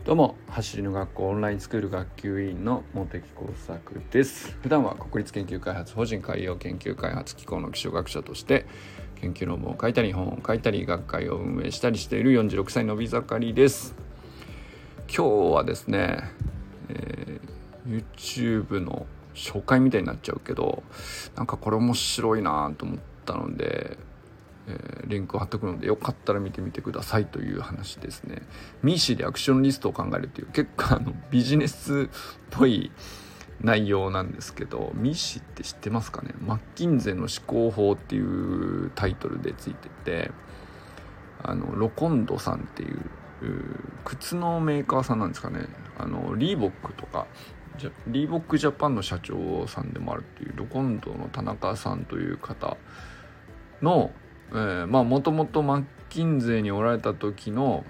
どうも、走りの学校オンラインスクール学級委員の茂木耕作です。普段は国立研究開発法人海洋研究開発機構の気象学者として研究論文を書いたり本を書いたり学会を運営したりしている46歳のび盛りです。今日はですね、YouTube の紹介みたいになっちゃうけど、なんかこれ面白いなと思ったので、リンクを貼っておくのでよかったら見てみてくださいという話ですね。ミーシーでアクションリストを考えるという結構ビジネスっぽい内容なんですけど、ミーシーって知ってますかね。マッキンゼの思考法っていうタイトルでついてて、ロコンドさんっていう靴のメーカーさんなんですかね。リーボックとかリーボックジャパンの社長さんでもあるっていうロコンドの田中さんという方のもともとマッキンゼにおられた時の、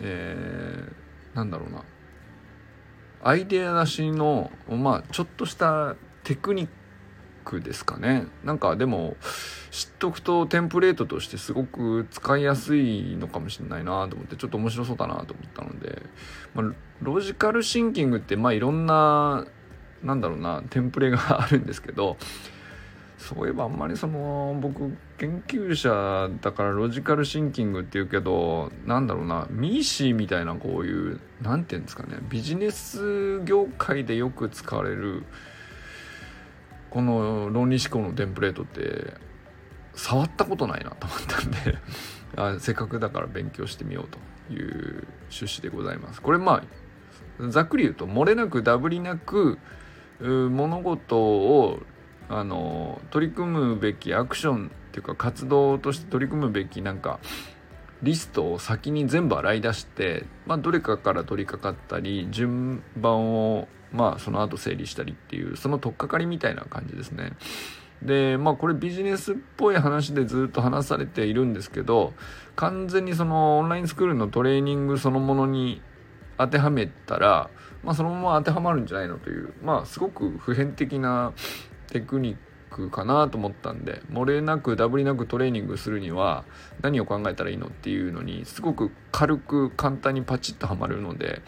アイデア出しの、ちょっとしたテクニックですかね。なんかでも知っとくとテンプレートとしてすごく使いやすいのかもしれないなと思って、ちょっと面白そうだなと思ったので、ロジカルシンキングっていろんなテンプレがあるんですけど、そういえばあんまり僕研究者だからロジカルシンキングって言うけど、ミーシーみたいなこういうなんていうんですかね、ビジネス業界でよく使われるこの論理思考のテンプレートって触ったことないなと思ったんでせっかくだから勉強してみようという趣旨でございます。これざっくり言うと、漏れなくダブりなく物事を取り組むべきアクションっていうか活動として取り組むべきリストを先に全部洗い出して、どれかから取り掛かったり順番をその後整理したりっていうその取っかかりみたいな感じですね。でこれビジネスっぽい話でずっと話されているんですけど、完全にそのオンラインスクールのトレーニングそのものに当てはめたら、そのまま当てはまるんじゃないのという、すごく普遍的なテクニックかなと思ったんで、漏れなくダブりなくトレーニングするには何を考えたらいいのっていうのにすごく軽く簡単にパチッとはまるので、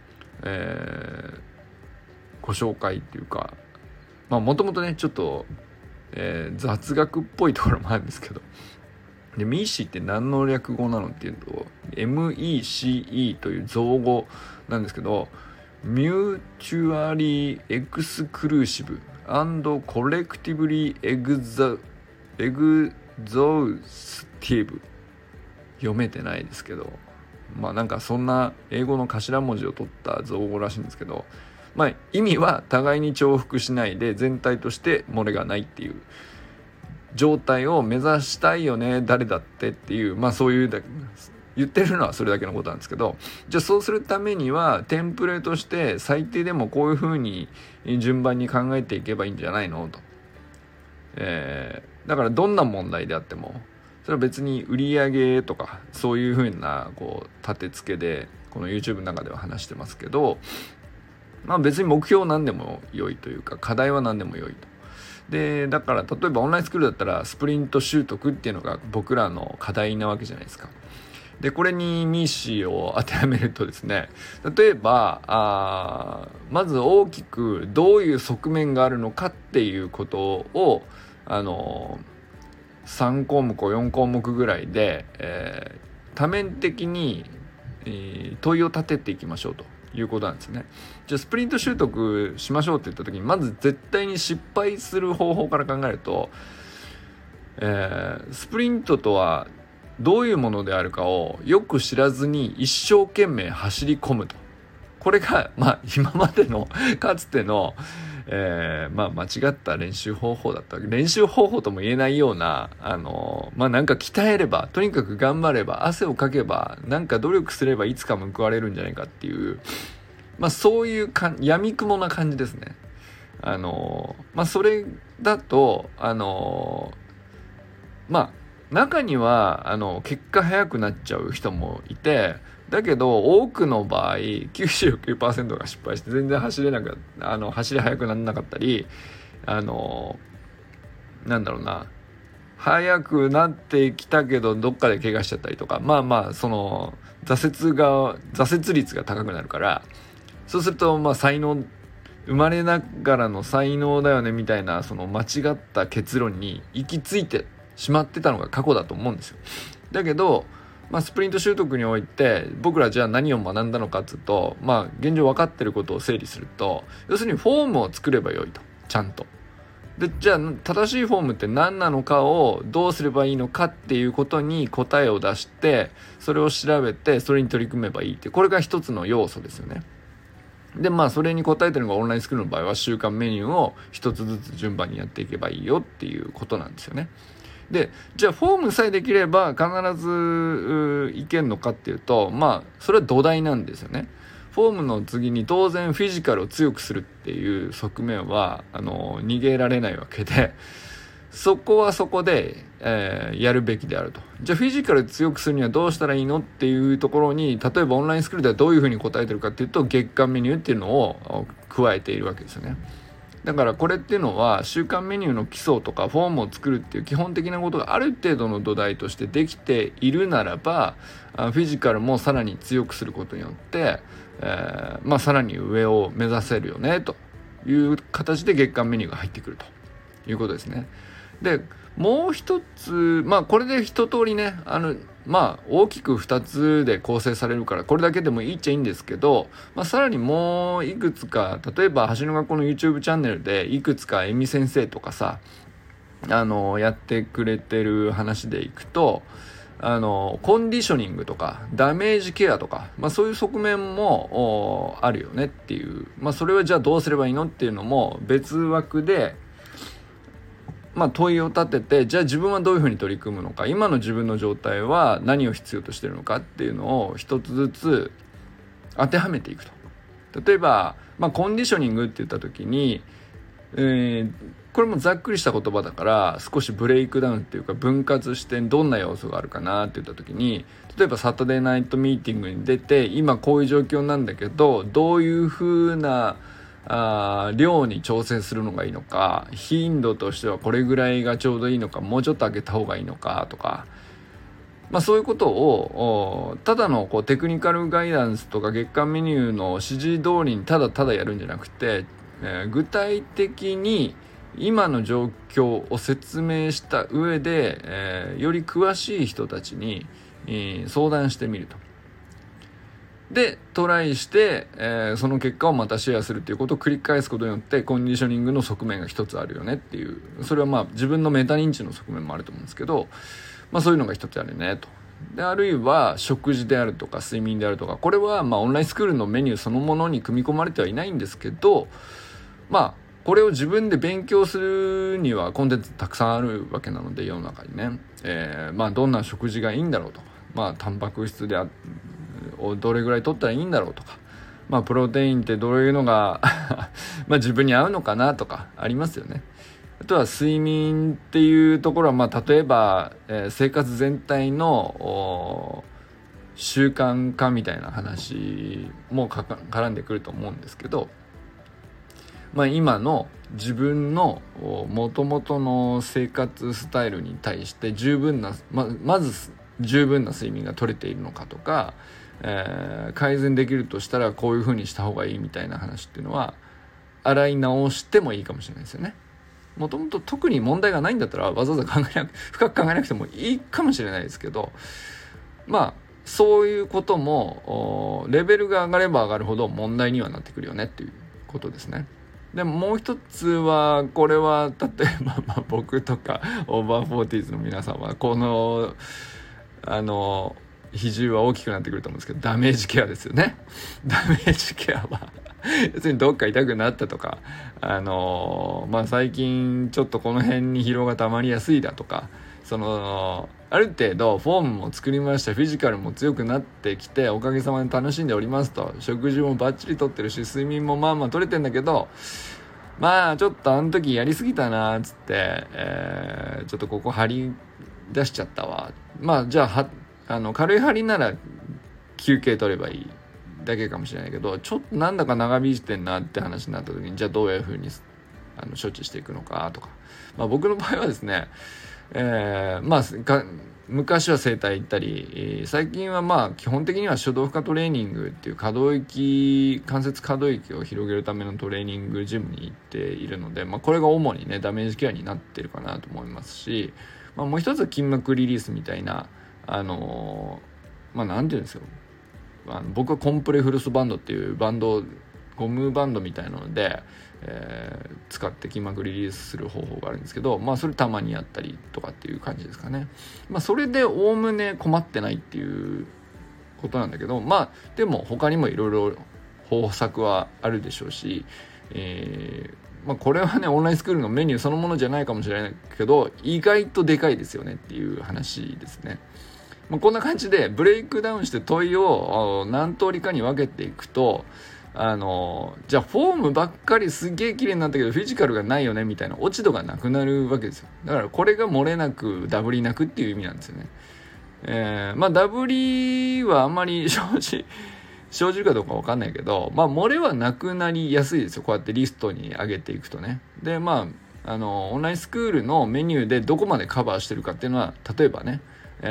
ご紹介っていうか、もともとねちょっと、雑学っぽいところもあるんですけど、でミーシーって何の略語なのっていうと MECE という造語なんですけど、ミューチュアリーエクスクルーシブコレクティブリエグゾースティブ、読めてないですけど、そんな英語の頭文字を取った造語らしいんですけど、意味は互いに重複しないで全体として漏れがないっていう状態を目指したいよね、誰だってっていう、そういう言ってるのはそれだけのことなんですけど、じゃあそうするためにはテンプレとして最低でもこういう風に順番に考えていけばいいんじゃないのと、だからどんな問題であってもそれは別に売り上げとかそういう風な立て付けでこの YouTube の中では話してますけど、別に目標何でも良いというか課題は何でも良いと。でだから例えばオンラインスクールだったらスプリント習得っていうのが僕らの課題なわけじゃないですか。でこれにミーシーを当てはめるとですね、例えばまず大きくどういう側面があるのかっていうことを3項目4項目ぐらいで、多面的に、問いを立てていきましょうということなんですね。じゃあスプリント習得しましょうって言った時にまず絶対に失敗する方法から考えると、スプリントとはどういうものであるかをよく知らずに一生懸命走り込むと。これが今までのかつての、間違った練習方法だったわけ。練習方法とも言えないような鍛えれば、とにかく頑張れば、汗をかけば、努力すればいつか報われるんじゃないかっていうそういう闇雲な感じですね。それだと中には結果早くなっちゃう人もいて、だけど多くの場合 99% が失敗して全然走り速くならなかったり、 早くなってきたけどどっかで怪我しちゃったりとか、その挫折率が高くなるから、そうすると才能、生まれながらの才能だよねみたいな、その間違った結論に行き着いてしまってたのが過去だと思うんですよ。だけど、スプリント習得において僕らじゃあ何を学んだのかっていうと、現状分かってることを整理すると、要するにフォームを作ればよいと、ちゃんと。でじゃあ正しいフォームって何なのかをどうすればいいのかっていうことに答えを出して、それを調べてそれに取り組めばいいって、これが一つの要素ですよね。でそれに答えてるのがオンラインスクールの場合は、習慣メニューを一つずつ順番にやっていけばいいよっていうことなんですよね。でじゃあフォームさえできれば必ずいけんのかっていうと、それは土台なんですよね。フォームの次に当然フィジカルを強くするっていう側面は逃げられないわけで、そこはそこで、やるべきであると。じゃあフィジカル強くするにはどうしたらいいのっていうところに、例えばオンラインスクールではどういうふうに答えてるかっていうと、月間メニューっていうのを加えているわけですよね。だからこれっていうのは習慣メニューの基礎とかフォームを作るっていう基本的なことがある程度の土台としてできているならば、フィジカルもさらに強くすることによって、さらに上を目指せるよねという形で月間メニューが入ってくるということですね。でもう一つ、これで一通りね、大きく2つで構成されるからこれだけでもいいっちゃいいんですけど、さらにもういくつか、例えば橋の学校の YouTube チャンネルでいくつか恵美先生とかさ、やってくれてる話でいくと、コンディショニングとかダメージケアとか、そういう側面もあるよねっていう、それはじゃあどうすればいいのっていうのも別枠で問いを立てて、じゃあ自分はどういうふうに取り組むのか、今の自分の状態は何を必要としているのかっていうのを一つずつ当てはめていくと。例えば、コンディショニングって言った時に、これもざっくりした言葉だから少しブレイクダウンっていうか分割してどんな要素があるかなって言った時に、例えばサタデーナイトミーティングに出て今こういう状況なんだけど、どういうふうな量に調整するのがいいのか、頻度としてはこれぐらいがちょうどいいのか、もうちょっと上げた方がいいのかとか、そういうことをただのテクニカルガイダンスとか月間メニューの指示通りにただただやるんじゃなくて、具体的に今の状況を説明した上で、より詳しい人たちに、相談してみると。でトライして、その結果をまたシェアするということを繰り返すことによってコンディショニングの側面が一つあるよねっていう、それは自分のメタ認知の側面もあると思うんですけど、そういうのが一つあるねと。であるいは食事であるとか睡眠であるとか、これはオンラインスクールのメニューそのものに組み込まれてはいないんですけど、これを自分で勉強するにはコンテンツたくさんあるわけなので、世の中にね、どんな食事がいいんだろうとか、タンパク質をどれぐらい取ったらいいんだろうとか、プロテインってどういうのが自分に合うのかなとかありますよね。あとは睡眠っていうところは、例えば、生活全体の習慣化みたいな話も絡んでくると思うんですけど、今の自分の元々の生活スタイルに対して十分な、まず十分な睡眠が取れているのかとか、改善できるとしたらこういう風にした方がいいみたいな話っていうのは洗い直してもいいかもしれないですよね。もともと特に問題がないんだったらわざわざ深く考えなくてもいいかもしれないですけど、そういうこともレベルが上がれば上がるほど問題にはなってくるよねっていうことですね。でももう一つは、これは例えば僕とかオーバーフォーティーズの皆さんはこの比重は大きくなってくると思うんですけど、ダメージケアですよね。ダメージケアは要するにどっか痛くなったとか、最近ちょっとこの辺に疲労が溜まりやすいだとか、ある程度フォームも作りました、フィジカルも強くなってきておかげさまで楽しんでおりますと、食事もバッチリとってるし睡眠も取れてんだけど、ちょっとあの時やりすぎたなっつって、ちょっとここ張り出しちゃったわ。じゃあ軽い張りなら休憩取ればいいだけかもしれないけど、ちょっとなんだか長引いてんなって話になった時に、じゃあどういう風に処置していくのかとか、僕の場合はですね、 昔は整体行ったり、最近は基本的には初動負荷トレーニングっていう関節可動域を広げるためのトレーニングジムに行っているので、これが主にねダメージケアになってるかなと思いますし、もう一つは筋膜リリースみたいななんていうんですよ、僕はコンプレフルスバンドっていうゴムバンドみたいなので、使って筋膜リリースする方法があるんですけど、それたまにやったりとかっていう感じですかね。それでおおむね困ってないっていうことなんだけど、でも他にもいろいろ方策はあるでしょうし、これはねオンラインスクールのメニューそのものじゃないかもしれないけど、意外とでかいですよねっていう話ですね。こんな感じでブレイクダウンして問いを何通りかに分けていくと、じゃあフォームばっかりすげえ綺麗になったけどフィジカルがないよねみたいな落ち度がなくなるわけですよ。だからこれが漏れなくダブりなくっていう意味なんですよね。ダブりはあんまり生じるかどうか分かんないけど、漏れはなくなりやすいですよ。こうやってリストに上げていくとね。でオンラインスクールのメニューでどこまでカバーしてるかっていうのは例えばね、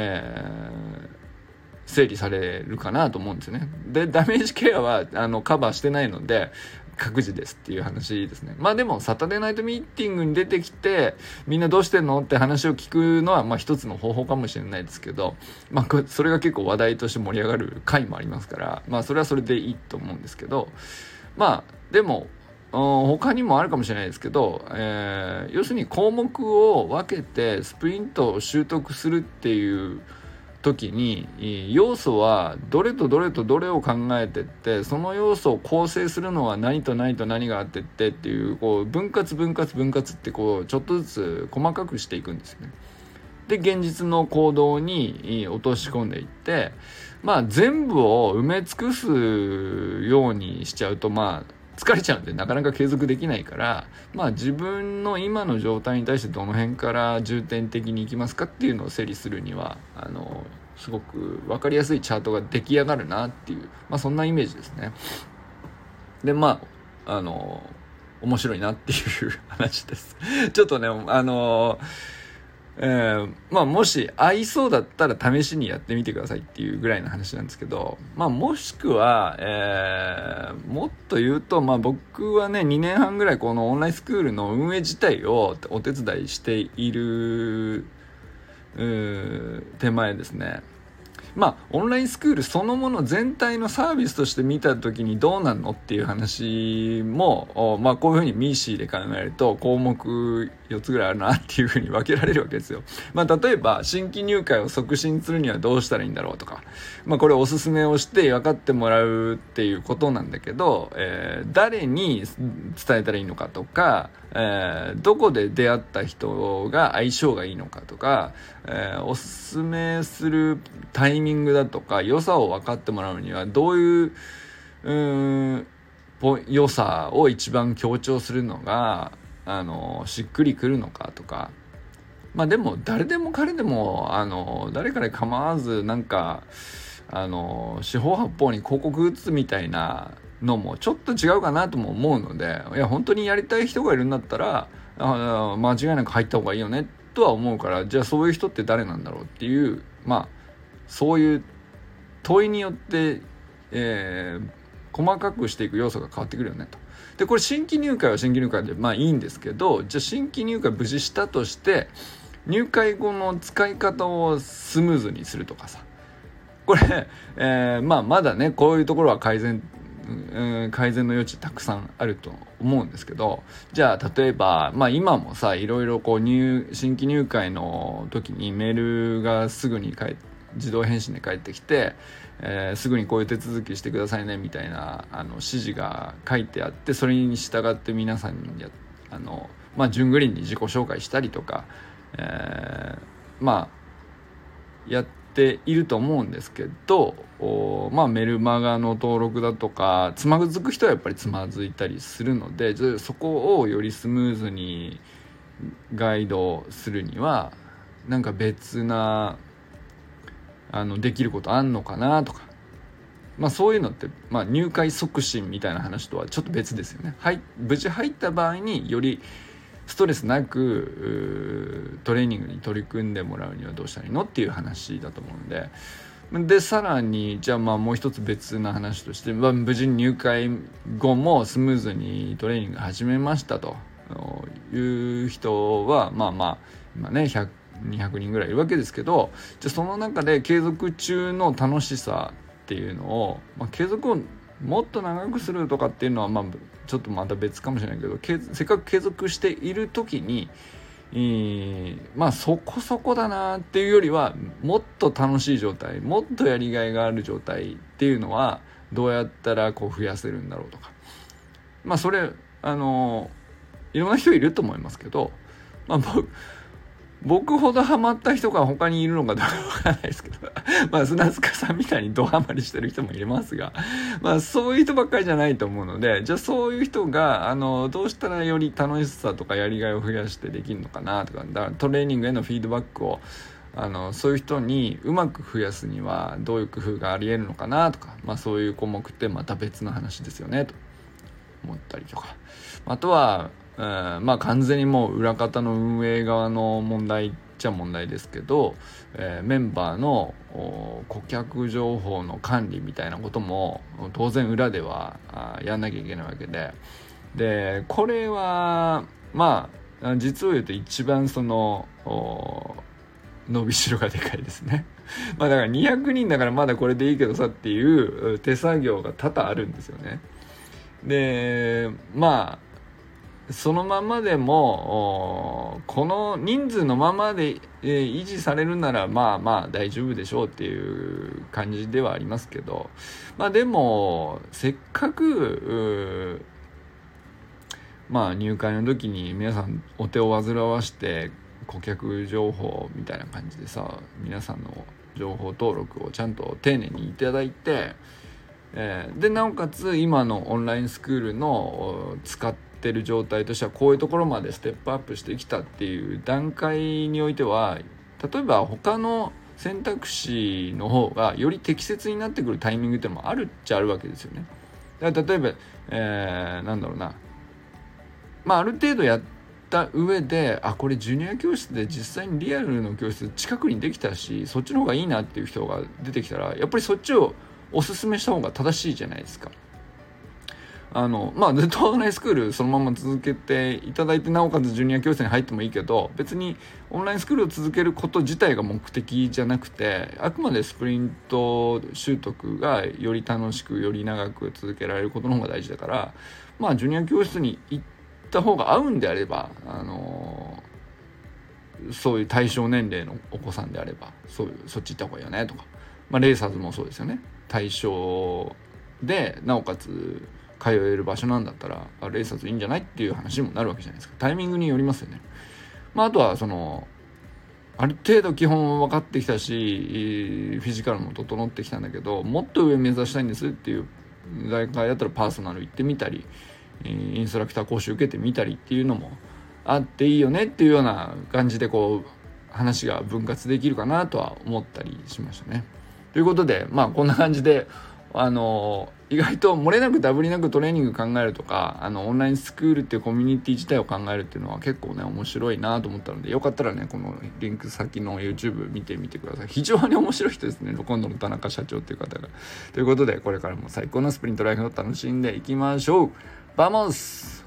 整理されるかなと思うんですよね。でダメージケアはカバーしてないので各自ですっていう話ですね。でもサタデーナイトミーティングに出てきてみんなどうしてんのって話を聞くのは一つの方法かもしれないですけど、それが結構話題として盛り上がる回もありますから、それはそれでいいと思うんですけど、でも他にもあるかもしれないですけど、要するに項目を分けてスプリントを習得するっていう時に要素はどれとどれとどれを考えてって、その要素を構成するのは何と何と何があってってっていう、分割ってちょっとずつ細かくしていくんですよね。で現実の行動に落とし込んでいって、全部を埋め尽くすようにしちゃうと疲れちゃうんでなかなか継続できないから、自分の今の状態に対してどの辺から重点的にいきますかっていうのを整理するにはすごく分かりやすいチャートが出来上がるなっていう、そんなイメージですね。で面白いなっていう話ですちょっとねもし合いそうだったら試しにやってみてくださいっていうぐらいの話なんですけど、もしくは、もっと言うと、僕はね2年半ぐらいこのオンラインスクールの運営自体をお手伝いしている手前ですね、オンラインスクールそのもの全体のサービスとして見た時にどうなんのっていう話もこういうふうにミーシーで考えると項目4つぐらいあるなっていうふうに分けられるわけですよ。例えば新規入会を促進するにはどうしたらいいんだろうとか、これおすすめをして分かってもらうっていうことなんだけど、誰に伝えたらいいのかとか、どこで出会った人が相性がいいのかとか、おすすめするタイミングだとか良さを分かってもらうにはどういう良さを一番強調するのがしっくりくるのかとか、でも誰でも彼でも誰かで構わず四方八方に広告打つみたいなのもちょっと違うかなとも思うので、いや本当にやりたい人がいるんだったら間違いなく入った方がいいよねとは思うから、じゃあそういう人って誰なんだろうっていうそういう問いによって、細かくしていく要素が変わってくるよねと。でこれ新規入会は新規入会でいいんですけど、じゃあ新規入会無事したとして入会後の使い方をスムーズにするとかさ、これ、まだねこういうところは改善の余地たくさんあると思うんですけど、じゃあ例えば、今もさいろいろ新規入会の時にメールがすぐに自動返信で返ってきて、すぐにこういう手続きしてくださいねみたいな指示が書いてあって、それに従って皆さんに順繰りに自己紹介したりとか、やっていると思うんですけど、メルマガの登録だとかつまずく人はやっぱりつまずいたりするので、そこをよりスムーズにガイドするには別なできることあんのかなとか、そういうのって入会促進みたいな話とはちょっと別ですよね。無事入った場合によりストレスなくトレーニングに取り組んでもらうにはどうしたらいいのっていう話だと思うんで、さらにじゃあもう一つ別な話として、無事に入会後もスムーズにトレーニング始めましたという人は今ね200人ぐらいいるわけですけど、じゃあその中で継続中の楽しさっていうのを、継続をもっと長くするとかっていうのはちょっとまた別かもしれないけど、せっかく継続している時にそこそこだなっていうよりは、もっと楽しい状態、もっとやりがいがある状態っていうのはどうやったら増やせるんだろうとか、それいろんな人いると思いますけど、僕ほどハマった人が他にいるのかどうかわからないですけど砂塚さんみたいにドハマりしてる人もいますが、そういう人ばっかりじゃないと思うので、じゃあそういう人がどうしたらより楽しさとかやりがいを増やしてできるのかなとか、だからトレーニングへのフィードバックをそういう人にうまく増やすにはどういう工夫がありえるのかなとか、そういう項目ってまた別の話ですよねと思ったりとか、あとは完全にもう裏方の運営側の問題っちゃ問題ですけど、メンバーの顧客情報の管理みたいなことも当然裏ではやんなきゃいけないわけで、これは実を言うと一番伸びしろがでかいですねだから200人だからまだこれでいいけどさっていう手作業が多々あるんですよね。でそのままでもこの人数のままで、維持されるなら大丈夫でしょうっていう感じではありますけど、でもせっかく入会の時に皆さんお手を煩わして顧客情報みたいな感じでさ、皆さんの情報登録をちゃんと丁寧にいただいて、でなおかつ今のオンラインスクールの使ってる状態としてはこういうところまでステップアップしてきたっていう段階においては、例えば他の選択肢の方がより適切になってくるタイミングってのもあるっちゃあるわけですよね。だから例えば、ある程度やった上でこれジュニア教室で実際にリアルの教室近くにできたし、そっちの方がいいなっていう人が出てきたら、やっぱりそっちをおすすめした方が正しいじゃないですか。ずっとオンラインスクールそのまま続けていただいて、なおかつジュニア教室に入ってもいいけど、別にオンラインスクールを続けること自体が目的じゃなくて、あくまでスプリント習得がより楽しくより長く続けられることの方が大事だから、ジュニア教室に行った方が合うんであれば、そういう対象年齢のお子さんであればそっち行った方がいいよねとか、レーサーズもそうですよね。対象でなおかつ通える場所なんだったらレーサーズいいんじゃないっていう話にもなるわけじゃないですか。タイミングによりますよね。あとはある程度基本分かってきたしフィジカルも整ってきたんだけど、もっと上目指したいんですっていう大会だったらパーソナル行ってみたり、インストラクター講習受けてみたりっていうのもあっていいよねっていうような感じで話が分割できるかなとは思ったりしましたね。ということでこんな感じで意外と漏れなくダブりなくトレーニング考えるとか、オンラインスクールっていうコミュニティ自体を考えるっていうのは結構ね面白いなと思ったので、よかったらねこのリンク先の YouTube 見てみてください。非常に面白い人ですね、今度の田中社長っていう方が。ということでこれからも最高のスプリントライフを楽しんでいきましょう。バモス。